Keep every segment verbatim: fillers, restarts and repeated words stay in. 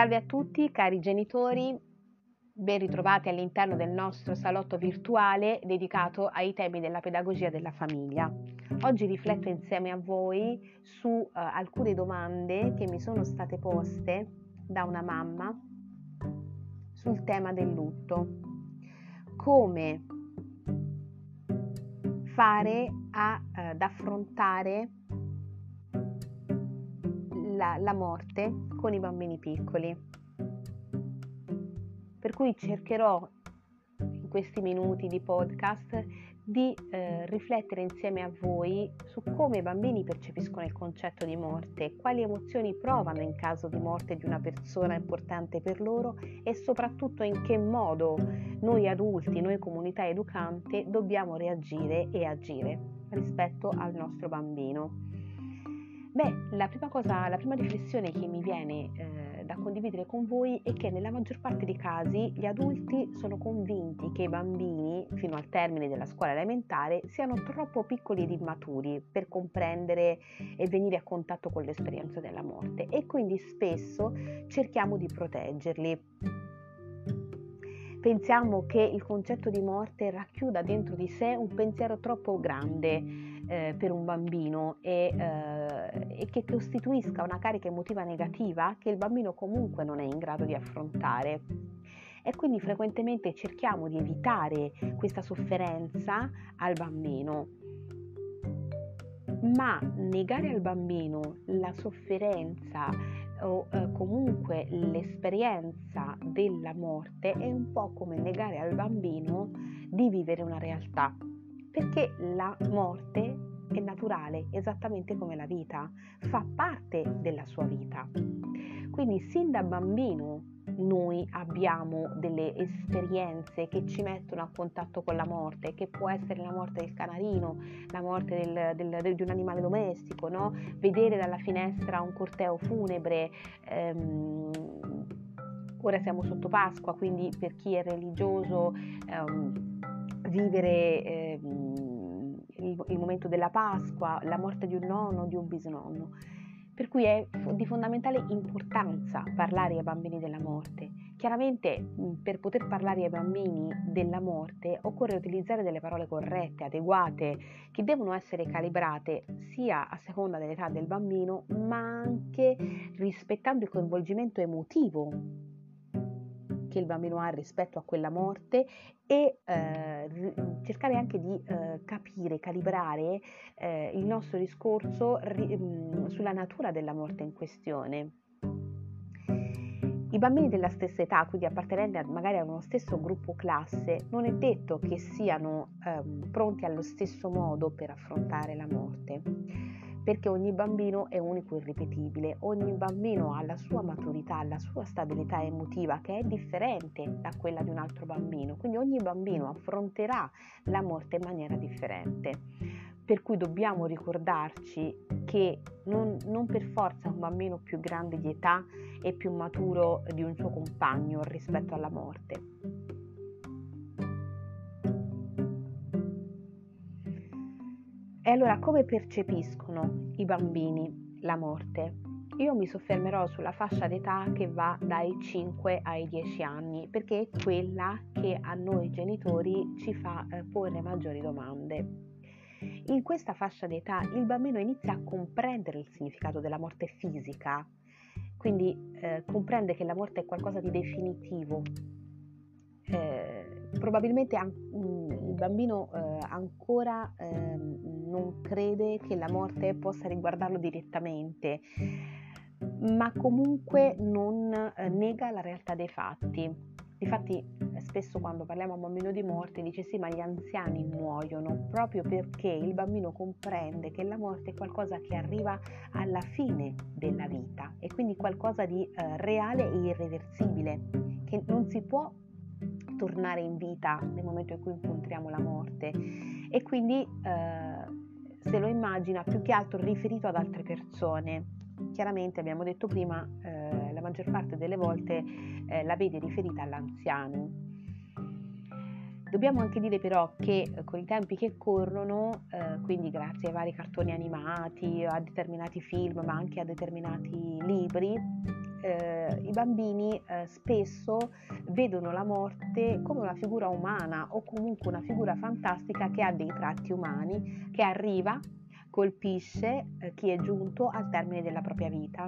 Salve a tutti cari genitori, ben ritrovati all'interno del nostro salotto virtuale dedicato ai temi della pedagogia della famiglia. Oggi rifletto insieme a voi su uh, alcune domande che mi sono state poste da una mamma sul tema del lutto. Come fare a, uh, ad affrontare la, la morte con i bambini piccoli. Per cui cercherò in questi minuti di podcast di eh, riflettere insieme a voi su come i bambini percepiscono il concetto di morte, quali emozioni provano in caso di morte di una persona importante per loro e soprattutto in che modo noi adulti, noi comunità educante, dobbiamo reagire e agire rispetto al nostro bambino. Beh, la prima cosa, la prima riflessione che mi viene eh, da condividere con voi è che nella maggior parte dei casi gli adulti sono convinti che i bambini, fino al termine della scuola elementare, siano troppo piccoli ed immaturi per comprendere e venire a contatto con l'esperienza della morte e quindi spesso cerchiamo di proteggerli. Pensiamo che il concetto di morte racchiuda dentro di sé un pensiero troppo grande eh, per un bambino e, eh, e che costituisca una carica emotiva negativa che il bambino comunque non è in grado di affrontare. E quindi frequentemente cerchiamo di evitare questa sofferenza al bambino. Ma negare al bambino la sofferenza o eh, comunque l'esperienza della morte è un po' come negare al bambino di vivere una realtà, perché la morte è naturale, esattamente come la vita, fa parte della sua vita. Quindi sin da bambino noi abbiamo delle esperienze che ci mettono a contatto con la morte, che può essere la morte del canarino, la morte del, del, del, di un animale domestico, no? Vedere dalla finestra un corteo funebre. Ehm, ora siamo sotto Pasqua, quindi per chi è religioso ehm, vivere ehm, il, il momento della Pasqua, la morte di un nonno, di un bisnonno. Per cui è di fondamentale importanza parlare ai bambini della morte. Chiaramente per poter parlare ai bambini della morte occorre utilizzare delle parole corrette, adeguate, che devono essere calibrate sia a seconda dell'età del bambino, ma anche rispettando il coinvolgimento emotivo che il bambino ha rispetto a quella morte e eh, cercare anche di eh, capire, calibrare eh, il nostro discorso ri, mh, sulla natura della morte in questione. I bambini della stessa età, quindi appartenenti a, magari a uno stesso gruppo classe, non è detto che siano ehm, pronti allo stesso modo per affrontare la morte, perché ogni bambino è unico e irripetibile, ogni bambino ha la sua maturità, la sua stabilità emotiva che è differente da quella di un altro bambino, quindi ogni bambino affronterà la morte in maniera differente. Per cui dobbiamo ricordarci che non, non per forza un bambino più grande di età è più maturo di un suo compagno rispetto alla morte. E allora come percepiscono i bambini la morte? Io mi soffermerò sulla fascia d'età che va dai cinque ai dieci anni, perché è quella che a noi genitori ci fa eh, porre maggiori domande. In questa fascia d'età il bambino inizia a comprendere il significato della morte fisica, quindi eh, comprende che la morte è qualcosa di definitivo. Eh, probabilmente an- il bambino eh, ancora eh, non crede che la morte possa riguardarlo direttamente, ma comunque non eh, nega la realtà dei fatti. Difatti spesso quando parliamo a un bambino di morte dice sì, ma gli anziani muoiono, proprio perché il bambino comprende che la morte è qualcosa che arriva alla fine della vita e quindi qualcosa di eh, reale e irreversibile, che non si può tornare in vita nel momento in cui incontriamo la morte, e quindi eh, se lo immagina più che altro riferito ad altre persone. Chiaramente abbiamo detto prima, eh, la maggior parte delle volte eh, la vede riferita all'anziano. Dobbiamo anche dire però che eh, con i tempi che corrono, eh, quindi grazie ai vari cartoni animati, a determinati film, ma anche a determinati libri, eh, i bambini eh, spesso vedono la morte come una figura umana o comunque una figura fantastica che ha dei tratti umani, che arriva, colpisce eh, chi è giunto al termine della propria vita.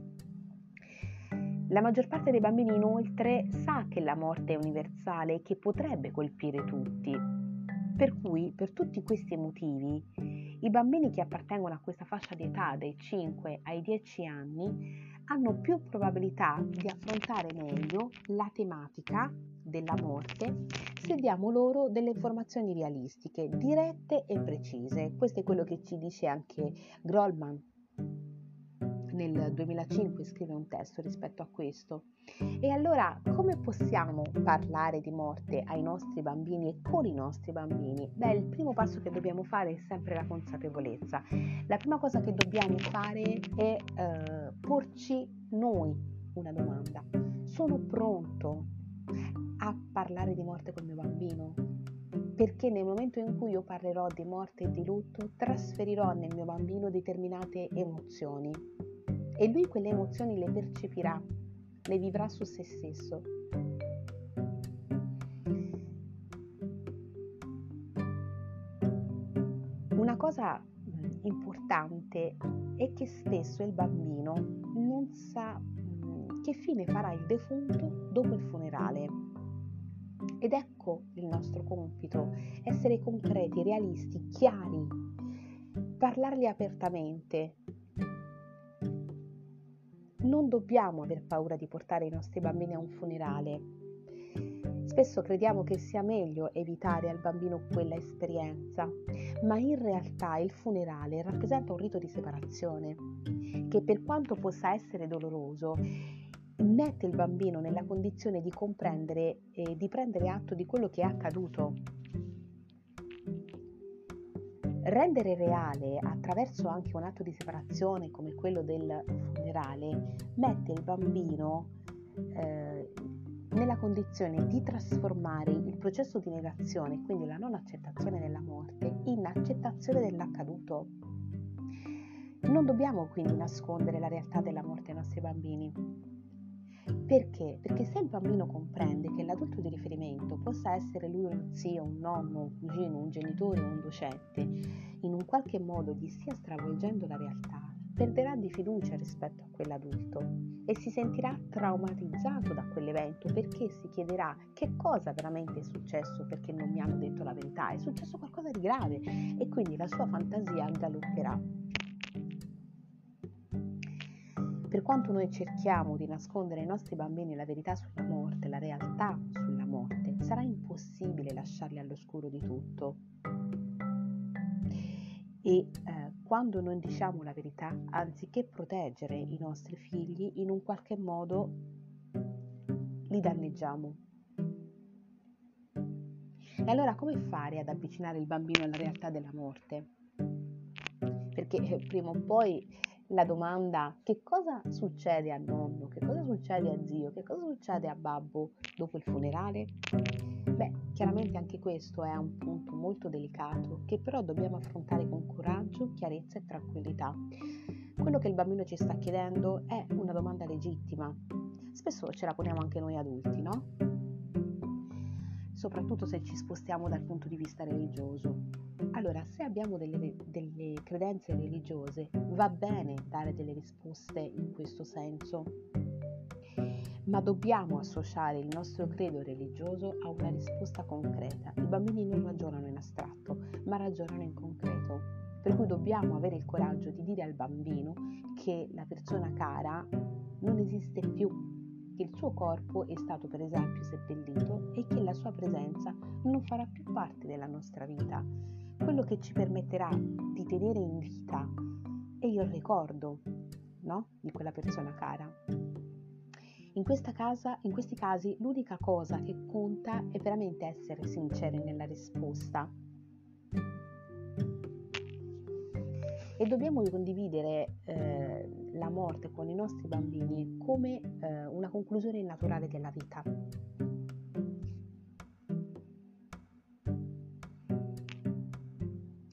La maggior parte dei bambini inoltre sa che la morte è universale e che potrebbe colpire tutti, per cui per tutti questi motivi i bambini che appartengono a questa fascia di età dai cinque ai dieci anni hanno più probabilità di affrontare meglio la tematica della morte se diamo loro delle informazioni realistiche, dirette e precise. Questo è quello che ci dice anche Grollman. Nel duemilacinque scrive un testo rispetto a questo. E allora come possiamo parlare di morte ai nostri bambini e con i nostri bambini? Beh, il primo passo che dobbiamo fare è sempre la consapevolezza. La prima cosa che dobbiamo fare è eh, porci noi una domanda. Sono pronto a parlare di morte col mio bambino? Perché nel momento in cui io parlerò di morte e di lutto, trasferirò nel mio bambino determinate emozioni e lui quelle emozioni le percepirà, le vivrà su se stesso. Una cosa importante è che spesso il bambino non sa che fine farà il defunto dopo il funerale. Ed ecco il nostro compito, essere concreti, realisti, chiari, parlargli apertamente. Non dobbiamo aver paura di portare i nostri bambini a un funerale. Spesso crediamo che sia meglio evitare al bambino quella esperienza, ma in realtà il funerale rappresenta un rito di separazione che, per quanto possa essere doloroso, mette il bambino nella condizione di comprendere e di prendere atto di quello che è accaduto. Rendere reale attraverso anche un atto di separazione come quello del funerale mette il bambino eh, nella condizione di trasformare il processo di negazione, quindi la non accettazione della morte, in accettazione dell'accaduto. Non dobbiamo quindi nascondere la realtà della morte ai nostri bambini. Perché? Perché se il bambino comprende che l'adulto di riferimento possa essere lui uno zio, un nonno, un cugino, un genitore o un docente, in un qualche modo gli stia stravolgendo la realtà, perderà di fiducia rispetto a quell'adulto e si sentirà traumatizzato da quell'evento perché si chiederà che cosa veramente è successo, perché non mi hanno detto la verità, è successo qualcosa di grave e quindi la sua fantasia galopperà. Per quanto noi cerchiamo di nascondere ai nostri bambini la verità sulla morte, la realtà sulla morte, sarà impossibile lasciarli all'oscuro di tutto. E eh, quando noi diciamo la verità, anziché proteggere i nostri figli, in un qualche modo li danneggiamo. E allora come fare ad avvicinare il bambino alla realtà della morte? Perché eh, prima o poi la domanda che cosa succede a nonno, che cosa succede a zio, che cosa succede a babbo dopo il funerale? Beh, chiaramente anche questo è un punto molto delicato che però dobbiamo affrontare con coraggio, chiarezza e tranquillità. Quello che il bambino ci sta chiedendo è una domanda legittima. Spesso ce la poniamo anche noi adulti, no? Soprattutto se ci spostiamo dal punto di vista religioso. Allora, se abbiamo delle, delle credenze religiose, va bene dare delle risposte in questo senso, ma dobbiamo associare il nostro credo religioso a una risposta concreta. I bambini non ragionano in astratto, ma ragionano in concreto. Per cui dobbiamo avere il coraggio di dire al bambino che la persona cara non esiste più, che il suo corpo è stato per esempio seppellito e che la sua presenza non farà più parte della nostra vita. Quello che ci permetterà di tenere in vita è il ricordo, no? Di quella persona cara. In questa casa, in questi casi, l'unica cosa che conta è veramente essere sinceri nella risposta. E dobbiamo condividere eh, la morte con i nostri bambini come eh, una conclusione naturale della vita.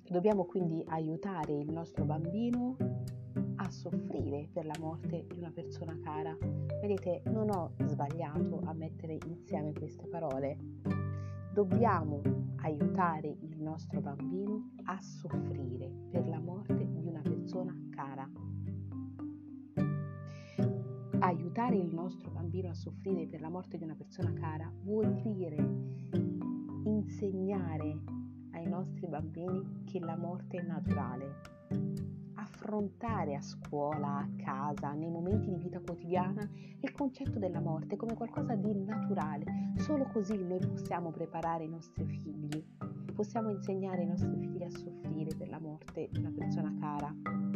Dobbiamo quindi aiutare il nostro bambino a soffrire per la morte di una persona cara. Vedete, non ho sbagliato a mettere insieme queste parole. Dobbiamo aiutare il nostro bambino a soffrire per la morte di una persona cara. Aiutare il nostro bambino a soffrire per la morte di una persona cara vuol dire insegnare ai nostri bambini che la morte è naturale. Affrontare a scuola, a casa, nei momenti di vita quotidiana il concetto della morte come qualcosa di naturale. Solo così noi possiamo preparare i nostri figli, possiamo insegnare ai nostri figli a soffrire per la morte di una persona cara.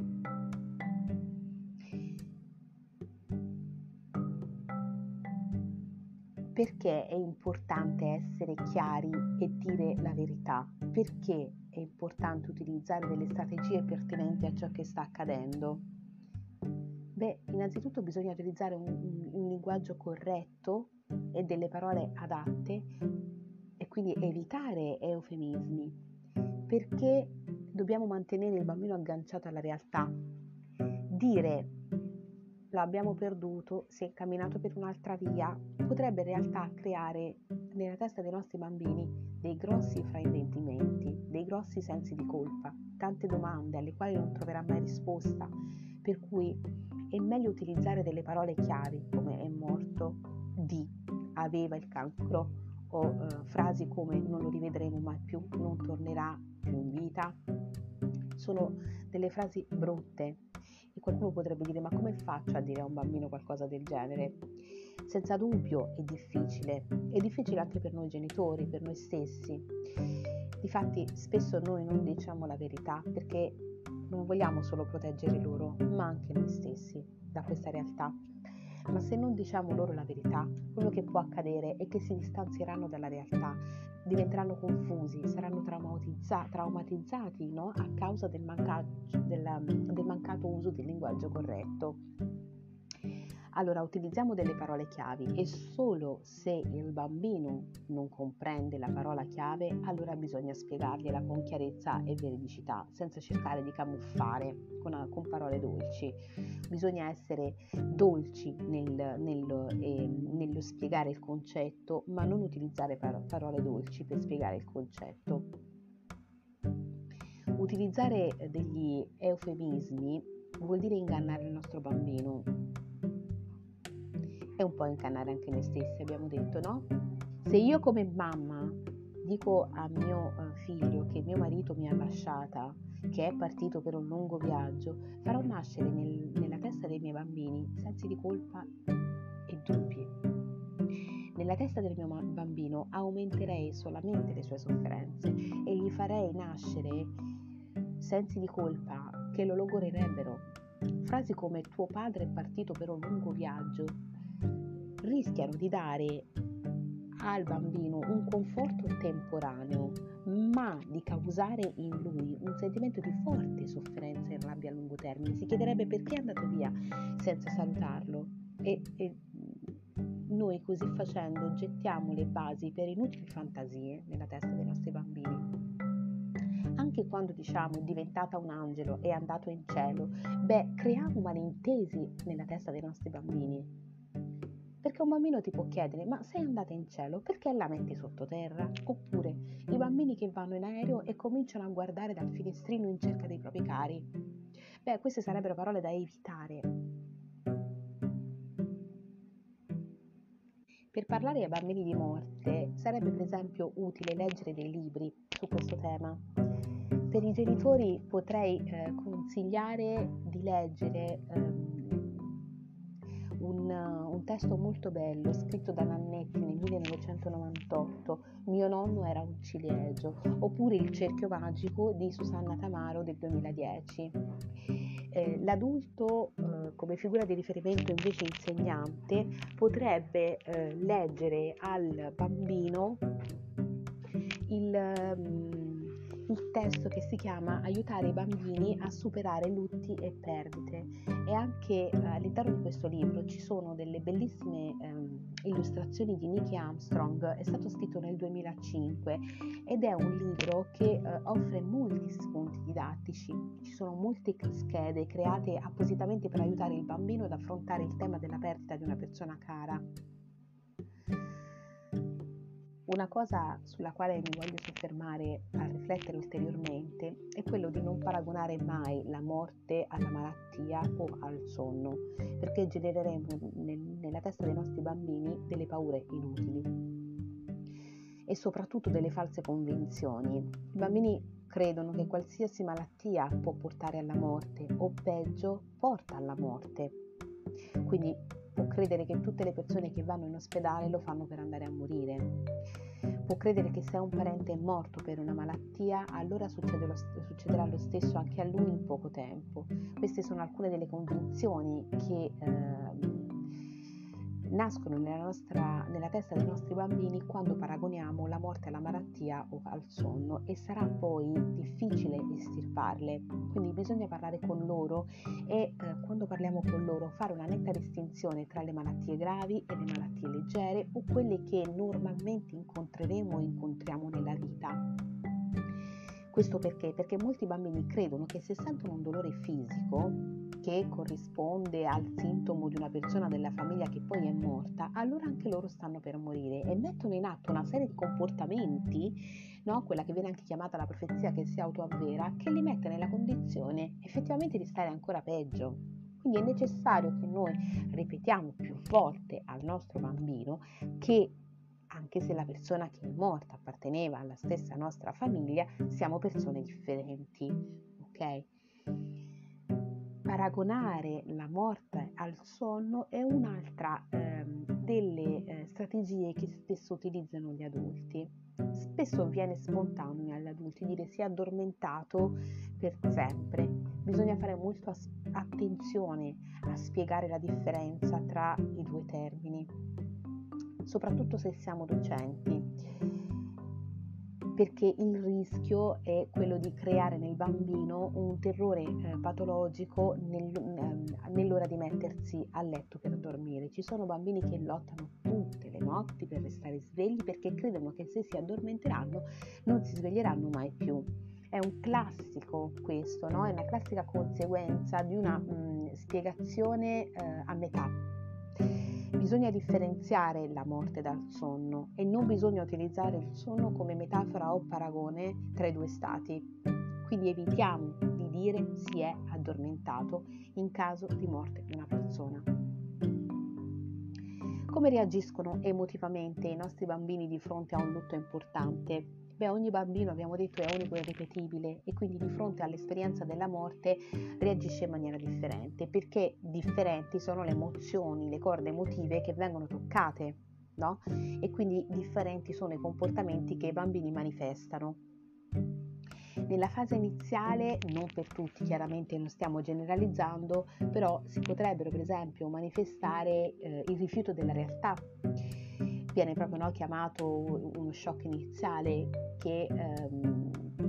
Perché è importante essere chiari e dire la verità? Perché è importante utilizzare delle strategie pertinenti a ciò che sta accadendo? Beh, innanzitutto bisogna utilizzare un, un, un linguaggio corretto e delle parole adatte e quindi evitare eufemismi, perché dobbiamo mantenere il bambino agganciato alla realtà. Dire l'abbiamo perduto, si è camminato per un'altra via, potrebbe in realtà creare nella testa dei nostri bambini dei grossi fraintendimenti, dei grossi sensi di colpa, tante domande alle quali non troverà mai risposta, per cui è meglio utilizzare delle parole chiavi come è morto di, aveva il cancro o eh, frasi come non lo rivedremo mai più, non tornerà più in vita. Sono delle frasi brutte. E qualcuno potrebbe dire: ma come faccio a dire a un bambino qualcosa del genere? Senza dubbio è difficile, è difficile anche per noi genitori, per noi stessi. Difatti spesso noi non diciamo la verità perché non vogliamo solo proteggere loro, ma anche noi stessi da questa realtà. Ma se non diciamo loro la verità, quello che può accadere è che si distanzieranno dalla realtà, diventeranno confusi, saranno traumatizza- traumatizzati no? a causa del, manca- del, del mancato uso del linguaggio corretto. Allora utilizziamo delle parole chiavi e solo se il bambino non comprende la parola chiave, allora bisogna spiegargliela con chiarezza e veridicità, senza cercare di camuffare con, con parole dolci. Bisogna essere dolci nel, nel, eh, nello spiegare il concetto, ma non utilizzare par- parole dolci per spiegare il concetto. Utilizzare degli eufemismi vuol dire ingannare il nostro bambino. È un po' ingannare anche noi stessi, abbiamo detto, no? Se io come mamma dico a mio figlio che mio marito mi ha lasciata, che è partito per un lungo viaggio, farò nascere nel, nella testa dei miei bambini sensi di colpa e dubbi. Nella testa del mio bambino aumenterei solamente le sue sofferenze e gli farei nascere sensi di colpa che lo logorirebbero. Frasi come tuo padre è partito per un lungo viaggio rischiano di dare al bambino un conforto temporaneo, ma di causare in lui un sentimento di forte sofferenza e rabbia a lungo termine. Si chiederebbe perché è andato via senza salutarlo e, e noi così facendo gettiamo le basi per inutili fantasie nella testa dei nostri bambini. Anche quando diciamo è diventata un angelo, è andato in cielo, beh, creiamo malintesi nella testa dei nostri bambini. Perché un bambino ti può chiedere: ma sei andata in cielo, perché la metti sottoterra? Oppure i bambini che vanno in aereo e cominciano a guardare dal finestrino in cerca dei propri cari. Beh, queste sarebbero parole da evitare. Per parlare ai bambini di morte sarebbe per esempio utile leggere dei libri su questo tema. Per i genitori potrei eh, consigliare di leggere ehm, Un, un testo molto bello scritto da Nannetti nel millenovecentonovantotto, Mio nonno era un ciliegio, oppure Il cerchio magico di Susanna Tamaro del duemiladieci. Eh, l'adulto eh, come figura di riferimento invece insegnante potrebbe eh, leggere al bambino il, um, il testo che si chiama Aiutare i bambini a superare lutti e perdite, e anche eh, all'interno di questo libro ci sono delle bellissime ehm, illustrazioni di Nicky Armstrong. È stato scritto nel duemilacinque ed è un libro che eh, offre molti spunti didattici. Ci sono molte schede create appositamente per aiutare il bambino ad affrontare il tema della perdita di una persona cara. Una cosa sulla quale mi voglio soffermare a riflettere ulteriormente è quello di non paragonare mai la morte alla malattia o al sonno, perché genereremo nel, nella testa dei nostri bambini delle paure inutili e soprattutto delle false convinzioni. I bambini credono che qualsiasi malattia può portare alla morte o peggio porta alla morte. Quindi può credere che tutte le persone che vanno in ospedale lo fanno per andare a morire. Può credere che se un parente è morto per una malattia, allora succede lo, succederà lo stesso anche a lui in poco tempo. Queste sono alcune delle convinzioni che eh, nascono nella, nostra, nella testa dei nostri bambini quando paragoniamo la morte alla malattia o al sonno, e sarà poi difficile estirparle. Quindi bisogna parlare con loro e eh, quando parliamo con loro fare una netta distinzione tra le malattie gravi e le malattie leggere, o quelle che normalmente incontreremo o incontriamo nella vita. Questo perché? Perché molti bambini credono che se sentono un dolore fisico che corrisponde al sintomo di una persona della famiglia che poi è morta, allora anche loro stanno per morire, e mettono in atto una serie di comportamenti, no? Quella che viene anche chiamata la profezia che si autoavvera, che li mette nella condizione effettivamente di stare ancora peggio. Quindi è necessario che noi ripetiamo più volte al nostro bambino che anche se la persona che è morta apparteneva alla stessa nostra famiglia, siamo persone differenti, ok? Paragonare la morte al sonno è un'altra ehm, delle eh, strategie che spesso utilizzano gli adulti. Spesso viene spontaneo agli adulti dire si è addormentato per sempre. Bisogna fare molto as- attenzione a spiegare la differenza tra i due termini, soprattutto se siamo docenti, perché il rischio è quello di creare nel bambino un terrore eh, patologico nel, eh, nell'ora di mettersi a letto per dormire. Ci sono bambini che lottano tutte le notti per restare svegli perché credono che se si addormenteranno non si sveglieranno mai più. È un classico questo, no? È una classica conseguenza di una mh, spiegazione eh, a metà. Bisogna differenziare la morte dal sonno e non bisogna utilizzare il sonno come metafora o paragone tra i due stati. Quindi evitiamo di dire si è addormentato in caso di morte di una persona. Come reagiscono emotivamente i nostri bambini di fronte a un lutto importante? Beh, ogni bambino, abbiamo detto, è unico e irripetibile, e quindi di fronte all'esperienza della morte reagisce in maniera differente, perché differenti sono le emozioni, le corde emotive che vengono toccate, no? E quindi differenti sono i comportamenti che i bambini manifestano. Nella fase iniziale, non per tutti, chiaramente non stiamo generalizzando, però si potrebbero per esempio manifestare eh, il rifiuto della realtà. Viene proprio, no, chiamato uno shock iniziale, che ehm,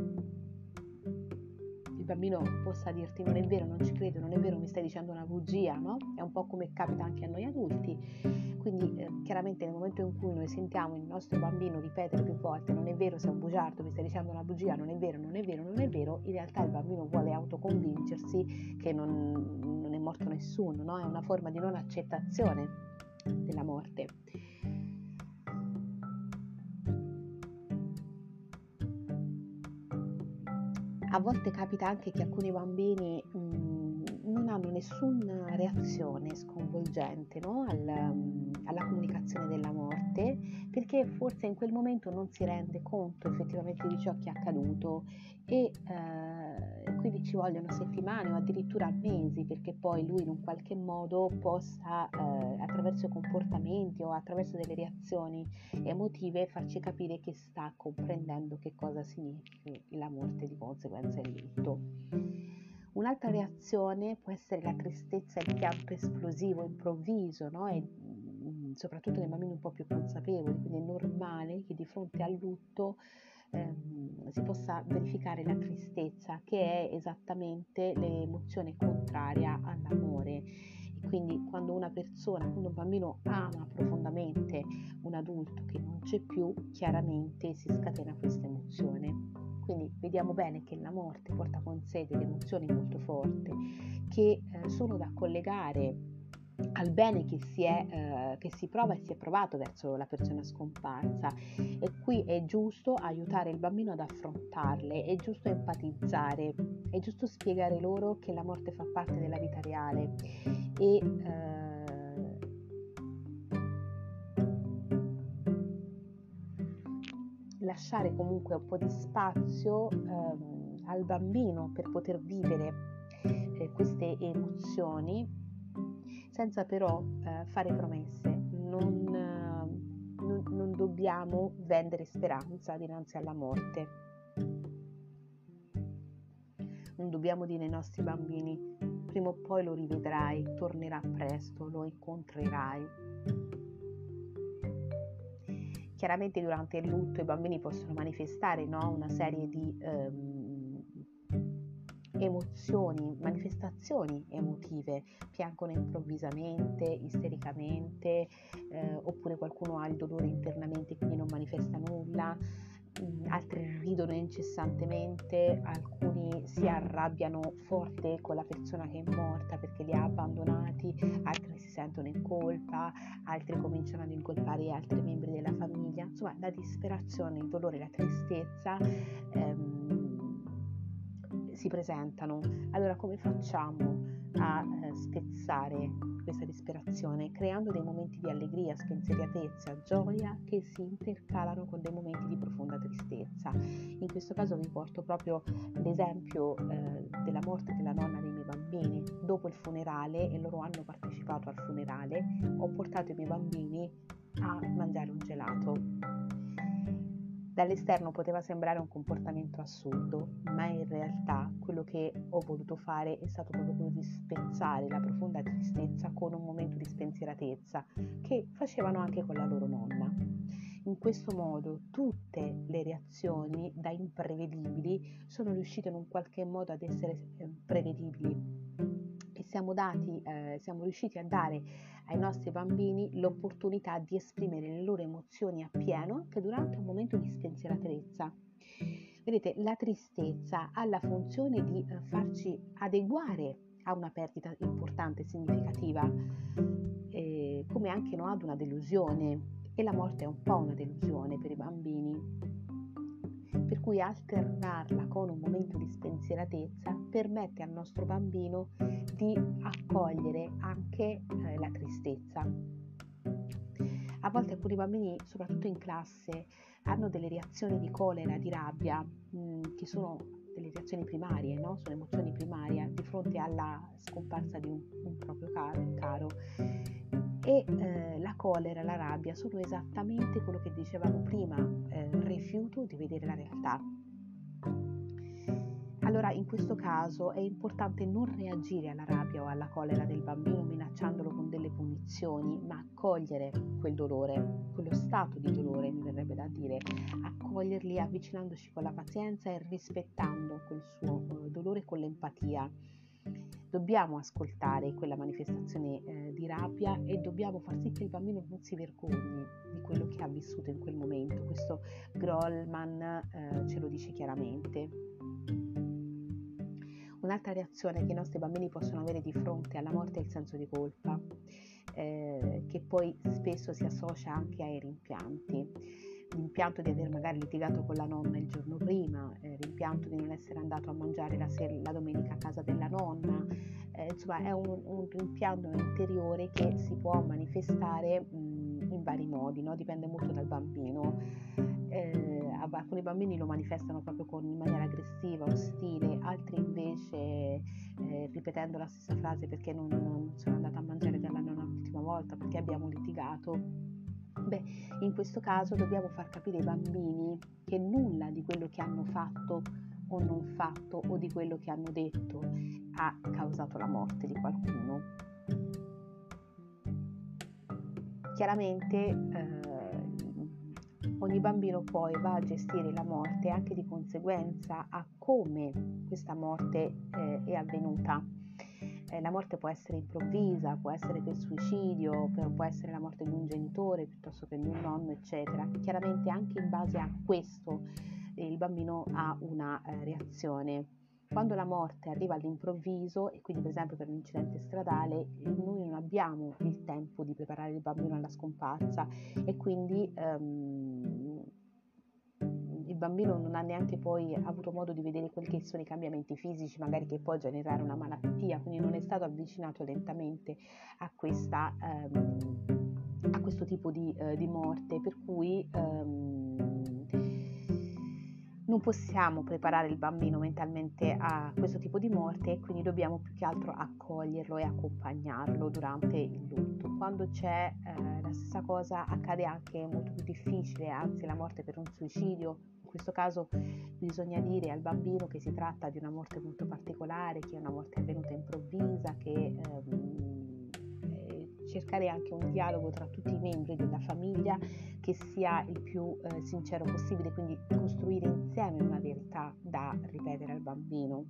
il bambino possa dirti non è vero, non ci credo, non è vero, mi stai dicendo una bugia, no? È un po' come capita anche a noi adulti. Quindi eh, chiaramente nel momento in cui noi sentiamo il nostro bambino ripetere più volte non è vero, sei un bugiardo, mi stai dicendo una bugia, non è vero, non è vero, non è vero, in realtà il bambino vuole autoconvincersi che non, non è morto nessuno, no? È una forma di non accettazione della morte. A volte capita anche che alcuni bambini mh, non hanno nessuna reazione sconvolgente, no? Al, um, alla comunicazione della morte, perché forse in quel momento non si rende conto effettivamente di ciò che è accaduto, e eh, quindi ci vogliono settimane o addirittura mesi perché poi lui in un qualche modo possa eh, attraverso i comportamenti o attraverso delle reazioni emotive farci capire che sta comprendendo che cosa significa la morte, di conseguenza il lutto. Un'altra reazione può essere la tristezza e il pianto esplosivo, improvviso, no? E soprattutto nei bambini un po' più consapevoli, quindi è normale che di fronte al lutto ehm, si possa verificare la tristezza, che è esattamente l'emozione contraria all'amore. E quindi quando una persona, quando un bambino ama profondamente un adulto che non c'è più, chiaramente si scatena questa emozione. Quindi vediamo bene che la morte porta con sé delle emozioni molto forti che eh, sono da collegare al bene che si, è, eh, che si prova e si è provato verso la persona scomparsa, e qui è giusto aiutare il bambino ad affrontarle, è giusto empatizzare, è giusto spiegare loro che la morte fa parte della vita reale e eh, lasciare comunque un po' di spazio ehm, al bambino per poter vivere eh, queste emozioni, senza però eh, fare promesse. Non, eh, non, non dobbiamo vendere speranza dinanzi alla morte. Non dobbiamo dire ai nostri bambini: prima o poi lo rivedrai, tornerà presto, lo incontrerai. Chiaramente durante il lutto i bambini possono manifestare, no, una serie di ehm, emozioni, manifestazioni emotive, piangono improvvisamente, istericamente, eh, oppure qualcuno ha il dolore internamente e quindi non manifesta nulla, mh, altri ridono incessantemente, alcuni si arrabbiano forte con la persona che è morta perché li ha abbandonati, altri si sentono in colpa, altri cominciano ad incolpare altri membri della famiglia. Insomma, la disperazione, il dolore, la tristezza ehm, si presentano. Allora come facciamo a eh, spezzare questa disperazione? Creando dei momenti di allegria, spensieratezza, gioia che si intercalano con dei momenti di profonda tristezza. In questo caso vi porto proprio l'esempio eh, della morte della nonna dei miei bambini. Dopo il funerale, e loro hanno partecipato al funerale, ho portato i miei bambini a mangiare un gelato. Dall'esterno poteva sembrare un comportamento assurdo, ma in realtà quello che ho voluto fare è stato proprio quello di spezzare la profonda tristezza con un momento di spensieratezza che facevano anche con la loro nonna. In questo modo tutte le reazioni da imprevedibili sono riuscite in un qualche modo ad essere prevedibili, e siamo, dati, eh, siamo riusciti a dare ai nostri bambini l'opportunità di esprimere le loro emozioni appieno anche durante un momento di spensieratezza. Vedete, la tristezza ha la funzione di eh, farci adeguare a una perdita importante e significativa, eh, come anche no, ad una delusione, e la morte è un po' una delusione per i bambini. Per cui alternarla con un momento di spensieratezza permette al nostro bambino di accogliere anche eh, la tristezza. A volte alcuni bambini, soprattutto in classe, hanno delle reazioni di colera, di rabbia, mh, che sono delle reazioni primarie, no? Sono emozioni primarie di fronte alla scomparsa di un, un proprio caro, caro. E eh, la colera, la rabbia sono esattamente quello che dicevamo prima, eh, rifiuto di vedere la realtà. Allora in questo caso è importante non reagire alla rabbia o alla colera del bambino minacciandolo con delle punizioni, ma accogliere quel dolore, quello stato di dolore, mi verrebbe da dire, accoglierli avvicinandoci con la pazienza e rispettando quel suo eh, dolore con l'empatia. Dobbiamo ascoltare quella manifestazione eh, di rabbia e dobbiamo far sì che il bambino non si vergogni di quello che ha vissuto in quel momento. Questo Grollman eh, ce lo dice chiaramente. Un'altra reazione che i nostri bambini possono avere di fronte alla morte è il senso di colpa, eh, che poi spesso si associa anche ai rimpianti. L'impianto di aver magari litigato con la nonna il giorno prima, eh, l'impianto di non essere andato a mangiare la, ser- la domenica a casa della nonna, eh, insomma è un, un rimpianto interiore che si può manifestare mh, in vari modi, no? Dipende molto dal bambino. Eh, alcuni bambini lo manifestano proprio con, in maniera aggressiva, ostile, altri invece eh, ripetendo la stessa frase: perché non, non sono andata a mangiare dalla nonna l'ultima volta, perché abbiamo litigato. Beh, in questo caso dobbiamo far capire ai bambini che nulla di quello che hanno fatto o non fatto o di quello che hanno detto ha causato la morte di qualcuno. Chiaramente eh, ogni bambino poi va a gestire la morte anche di conseguenza a come questa morte eh, è avvenuta. Eh, la morte può essere improvvisa, può essere per suicidio, può essere la morte di un genitore piuttosto che di un nonno, eccetera. Chiaramente anche in base a questo eh, il bambino ha una eh, reazione. Quando la morte arriva all'improvviso, e quindi per esempio per un incidente stradale, noi non abbiamo il tempo di preparare il bambino alla scomparsa e quindi um, il bambino non ha neanche poi avuto modo di vedere quelli che sono i cambiamenti fisici, magari che può generare una malattia, quindi non è stato avvicinato lentamente a, questa, um, a questo tipo di, uh, di morte, per cui um, non possiamo preparare il bambino mentalmente a questo tipo di morte e quindi dobbiamo più che altro accoglierlo e accompagnarlo durante il lutto. Quando c'è eh, la stessa cosa accade anche molto più difficile, anzi la morte per un suicidio. In questo caso bisogna dire al bambino che si tratta di una morte molto particolare, che è una morte avvenuta improvvisa, che ehm, cercare anche un dialogo tra tutti i membri della famiglia che sia il più eh, sincero possibile, quindi costruire insieme una verità da ripetere al bambino.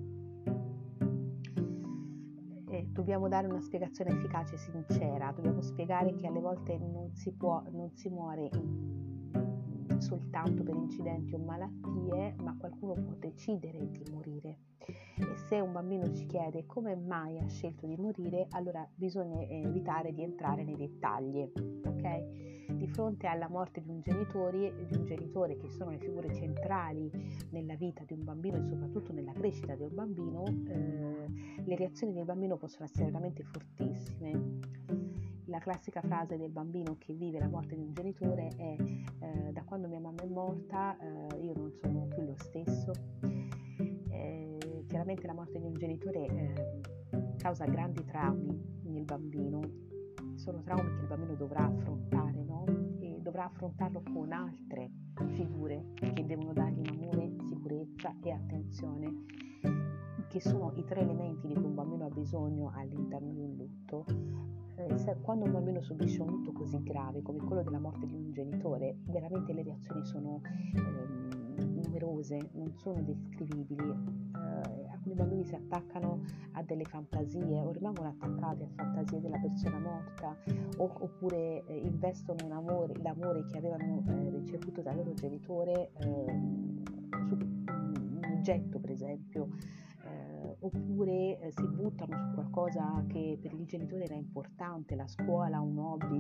Eh, dobbiamo dare una spiegazione efficace e sincera, dobbiamo spiegare che alle volte non si può, non si muore in, soltanto per incidenti o malattie, ma qualcuno può decidere di morire. E se un bambino ci chiede come mai ha scelto di morire, allora bisogna evitare di entrare nei dettagli, ok? Di fronte alla morte di un genitore, di un genitore che sono le figure centrali nella vita di un bambino e soprattutto nella crescita di un bambino, eh, le reazioni del bambino possono essere veramente fortissime. La classica frase del bambino che vive la morte di un genitore è eh, da quando mia mamma è morta eh, io non sono più lo stesso. Eh, chiaramente la morte di un genitore eh, causa grandi traumi nel bambino, sono traumi che il bambino dovrà affrontare, no? E dovrà affrontarlo con altre figure che devono dargli amore, sicurezza e attenzione, che sono i tre elementi di cui un bambino ha bisogno all'interno di un lutto. Eh, se, quando un bambino subisce un lutto così grave come quello della morte di un genitore, veramente le reazioni sono ehm, numerose, non sono descrivibili. Eh, alcuni bambini si attaccano a delle fantasie o rimangono attaccati a fantasie della persona morta o, oppure eh, investono un amore, l'amore che avevano eh, ricevuto dal loro genitore eh, su un oggetto, per esempio. Eh, oppure eh, si buttano su qualcosa che per il genitore era importante, la scuola, un hobby,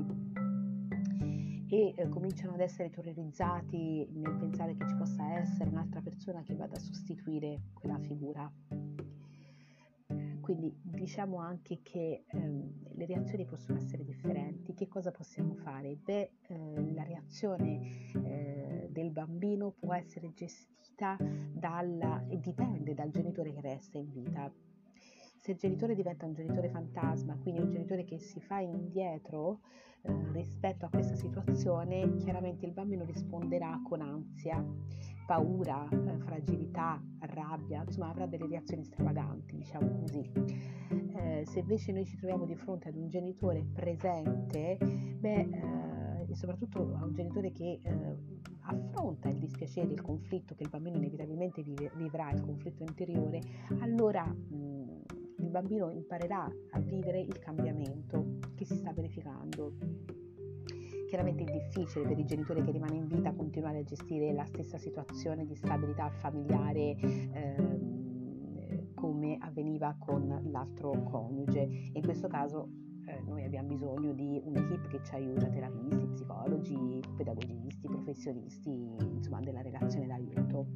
e eh, cominciano ad essere terrorizzati nel pensare che ci possa essere un'altra persona che vada a sostituire quella figura. Quindi diciamo anche che ehm, le reazioni possono essere differenti. Che cosa possiamo fare? Beh, eh, la reazione eh, del bambino può essere gestita dalla, e dipende dal genitore che resta in vita. Se il genitore diventa un genitore fantasma, quindi un genitore che si fa indietro eh, rispetto a questa situazione, chiaramente il bambino risponderà con ansia, paura, eh, fragilità, rabbia, insomma avrà delle reazioni stravaganti, diciamo così. Eh, se invece noi ci troviamo di fronte ad un genitore presente, beh, eh, e soprattutto a un genitore che eh, affronta il dispiacere, il conflitto che il bambino inevitabilmente vive, vivrà, il conflitto interiore, allora mh, il bambino imparerà a vivere il cambiamento che si sta verificando. Chiaramente è difficile per il genitore che rimane in vita continuare a gestire la stessa situazione di stabilità familiare ehm, come avveniva con l'altro coniuge. In questo caso eh, noi abbiamo bisogno di un'equipe che ci aiuta, terapisti, psicologi, pedagogisti, professionisti, insomma, della relazione d'aiuto.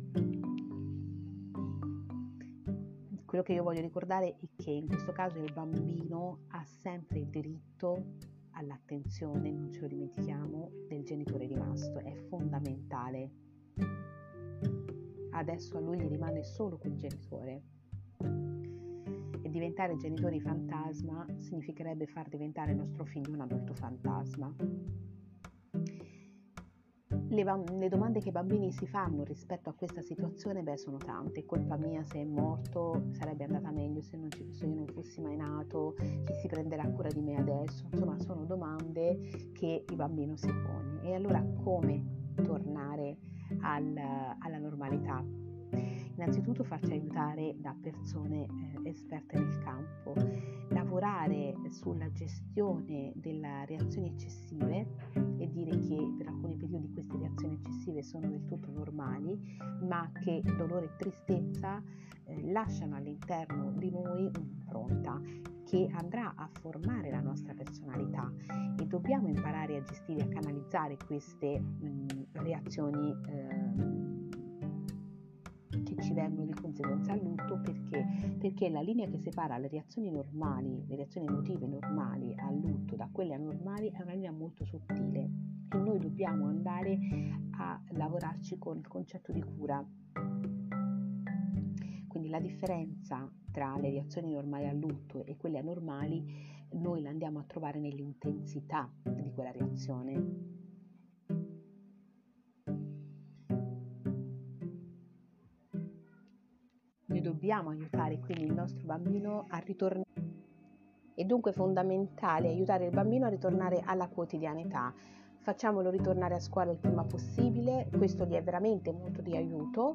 Quello che io voglio ricordare è che in questo caso il bambino ha sempre il diritto all'attenzione, non ce lo dimentichiamo, del genitore rimasto, è fondamentale. Adesso a lui gli rimane solo quel genitore e diventare genitori fantasma significherebbe far diventare il nostro figlio un adulto fantasma. Le, le domande che i bambini si fanno rispetto a questa situazione, beh, sono tante. Colpa mia se è morto, sarebbe andata meglio se, non ci, se io non fossi mai nato, chi si prenderà cura di me adesso? Insomma, sono domande che il bambino si pone. E allora come tornare al, alla normalità? Innanzitutto farci aiutare da persone eh, esperte nel campo, lavorare sulla gestione delle reazioni eccessive e dire che per alcuni periodi queste reazioni eccessive sono del tutto normali, ma che dolore e tristezza eh, lasciano all'interno di noi un'impronta che andrà a formare la nostra personalità e dobbiamo imparare a gestire, a canalizzare queste mh, reazioni eh, che ci vengono di conseguenza al lutto. Perché? Perché la linea che separa le reazioni normali, le reazioni emotive normali al lutto da quelle anormali è una linea molto sottile e noi dobbiamo andare a lavorarci con il concetto di cura. Quindi la differenza tra le reazioni normali al lutto e quelle anormali noi la andiamo a trovare nell'intensità di quella reazione. Noi dobbiamo aiutare quindi il nostro bambino a ritornare. È dunque fondamentale aiutare il bambino a ritornare alla quotidianità. Facciamolo ritornare a scuola il prima possibile, questo gli è veramente molto di aiuto.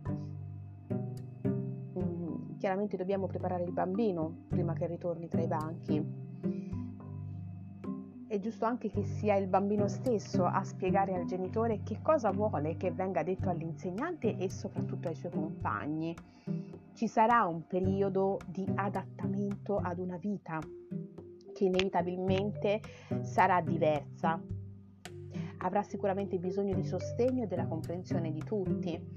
Mm, chiaramente dobbiamo preparare il bambino prima che ritorni tra i banchi. È giusto anche che sia il bambino stesso a spiegare al genitore che cosa vuole che venga detto all'insegnante e soprattutto ai suoi compagni. Ci sarà un periodo di adattamento ad una vita che inevitabilmente sarà diversa. Avrà sicuramente bisogno di sostegno e della comprensione di tutti.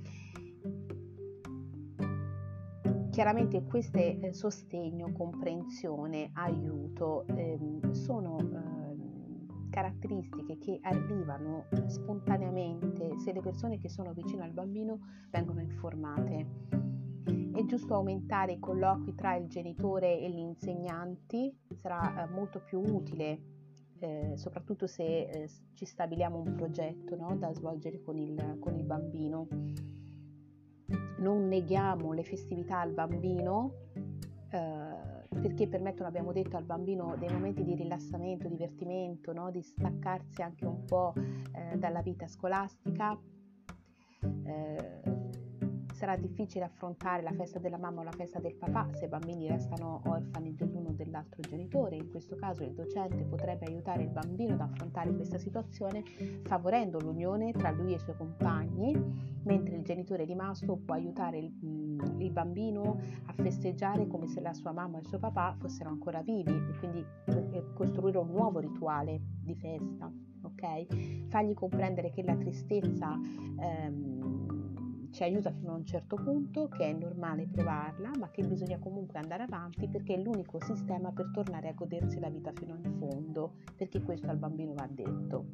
Chiaramente queste eh, sostegno, comprensione, aiuto ehm, sono eh, caratteristiche che arrivano spontaneamente se le persone che sono vicine al bambino vengono informate. È giusto aumentare i colloqui tra il genitore e gli insegnanti, sarà eh, molto più utile, eh, soprattutto se eh, ci stabiliamo un progetto, no, da svolgere con il, con il bambino. Non neghiamo le festività al bambino, eh, perché permettono, abbiamo detto, al bambino dei momenti di rilassamento, divertimento, no, di staccarsi anche un po' eh, dalla vita scolastica. Eh, Sarà difficile affrontare la festa della mamma o la festa del papà se i bambini restano orfani dell'uno o dell'altro genitore. In questo caso il docente potrebbe aiutare il bambino ad affrontare questa situazione favorendo l'unione tra lui e i suoi compagni, mentre il genitore rimasto può aiutare il, il bambino a festeggiare come se la sua mamma e il suo papà fossero ancora vivi e quindi costruire un nuovo rituale di festa, ok? Fargli comprendere che la tristezza ehm, ci aiuta fino a un certo punto, che è normale provarla, ma che bisogna comunque andare avanti perché è l'unico sistema per tornare a godersi la vita fino in fondo, perché questo al bambino va detto.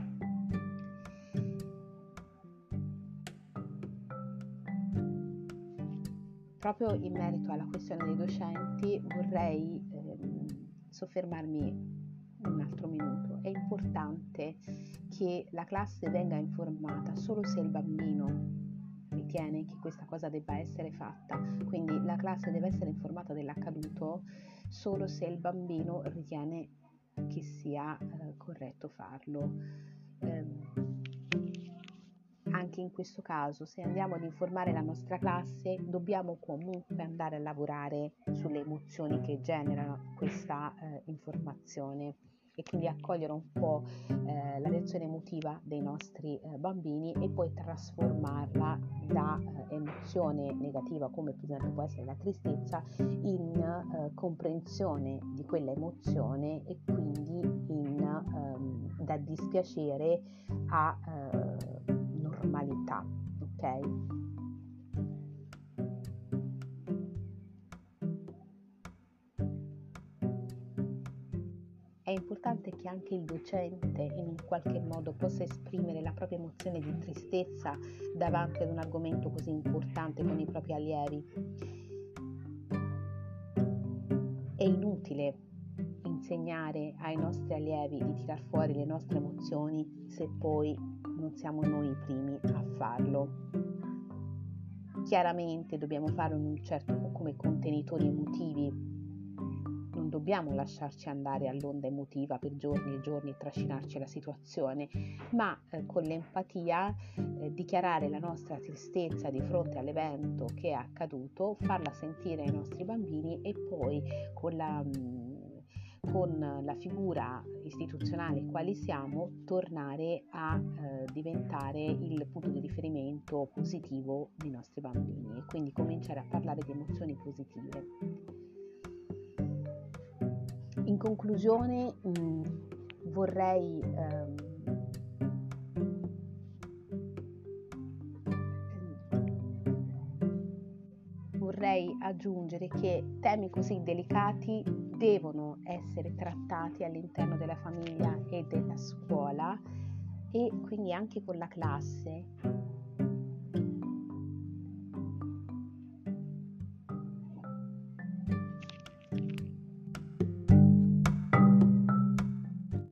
Proprio in merito alla questione dei docenti vorrei ehm, soffermarmi un altro minuto. È importante che la classe venga informata solo se il bambino ritiene che questa cosa debba essere fatta, quindi la classe deve essere informata dell'accaduto solo se il bambino ritiene che sia eh, corretto farlo. Eh, anche in questo caso, se andiamo ad informare la nostra classe, dobbiamo comunque andare a lavorare sulle emozioni che generano questa eh, informazione e quindi accogliere un po' eh, la reazione emotiva dei nostri eh, bambini e poi trasformarla da eh, emozione negativa, come per esempio può essere la tristezza, in eh, comprensione di quella emozione e quindi in, ehm, da dispiacere a eh, normalità, ok? È importante che anche il docente in un qualche modo possa esprimere la propria emozione di tristezza davanti ad un argomento così importante con i propri allievi. È inutile insegnare ai nostri allievi di tirar fuori le nostre emozioni se poi non siamo noi i primi a farlo. Chiaramente dobbiamo farlo in un certo come contenitori emotivi. Non dobbiamo lasciarci andare all'onda emotiva per giorni e giorni e trascinarci la situazione, ma eh, con l'empatia eh, dichiarare la nostra tristezza di fronte all'evento che è accaduto, farla sentire ai nostri bambini e poi con la... Mh, con la figura istituzionale quali siamo, tornare a eh, diventare il punto di riferimento positivo dei nostri bambini e quindi cominciare a parlare di emozioni positive. In conclusione, mh, vorrei ehm, vorrei aggiungere che temi così delicati devono essere trattati all'interno della famiglia e della scuola e quindi anche con la classe,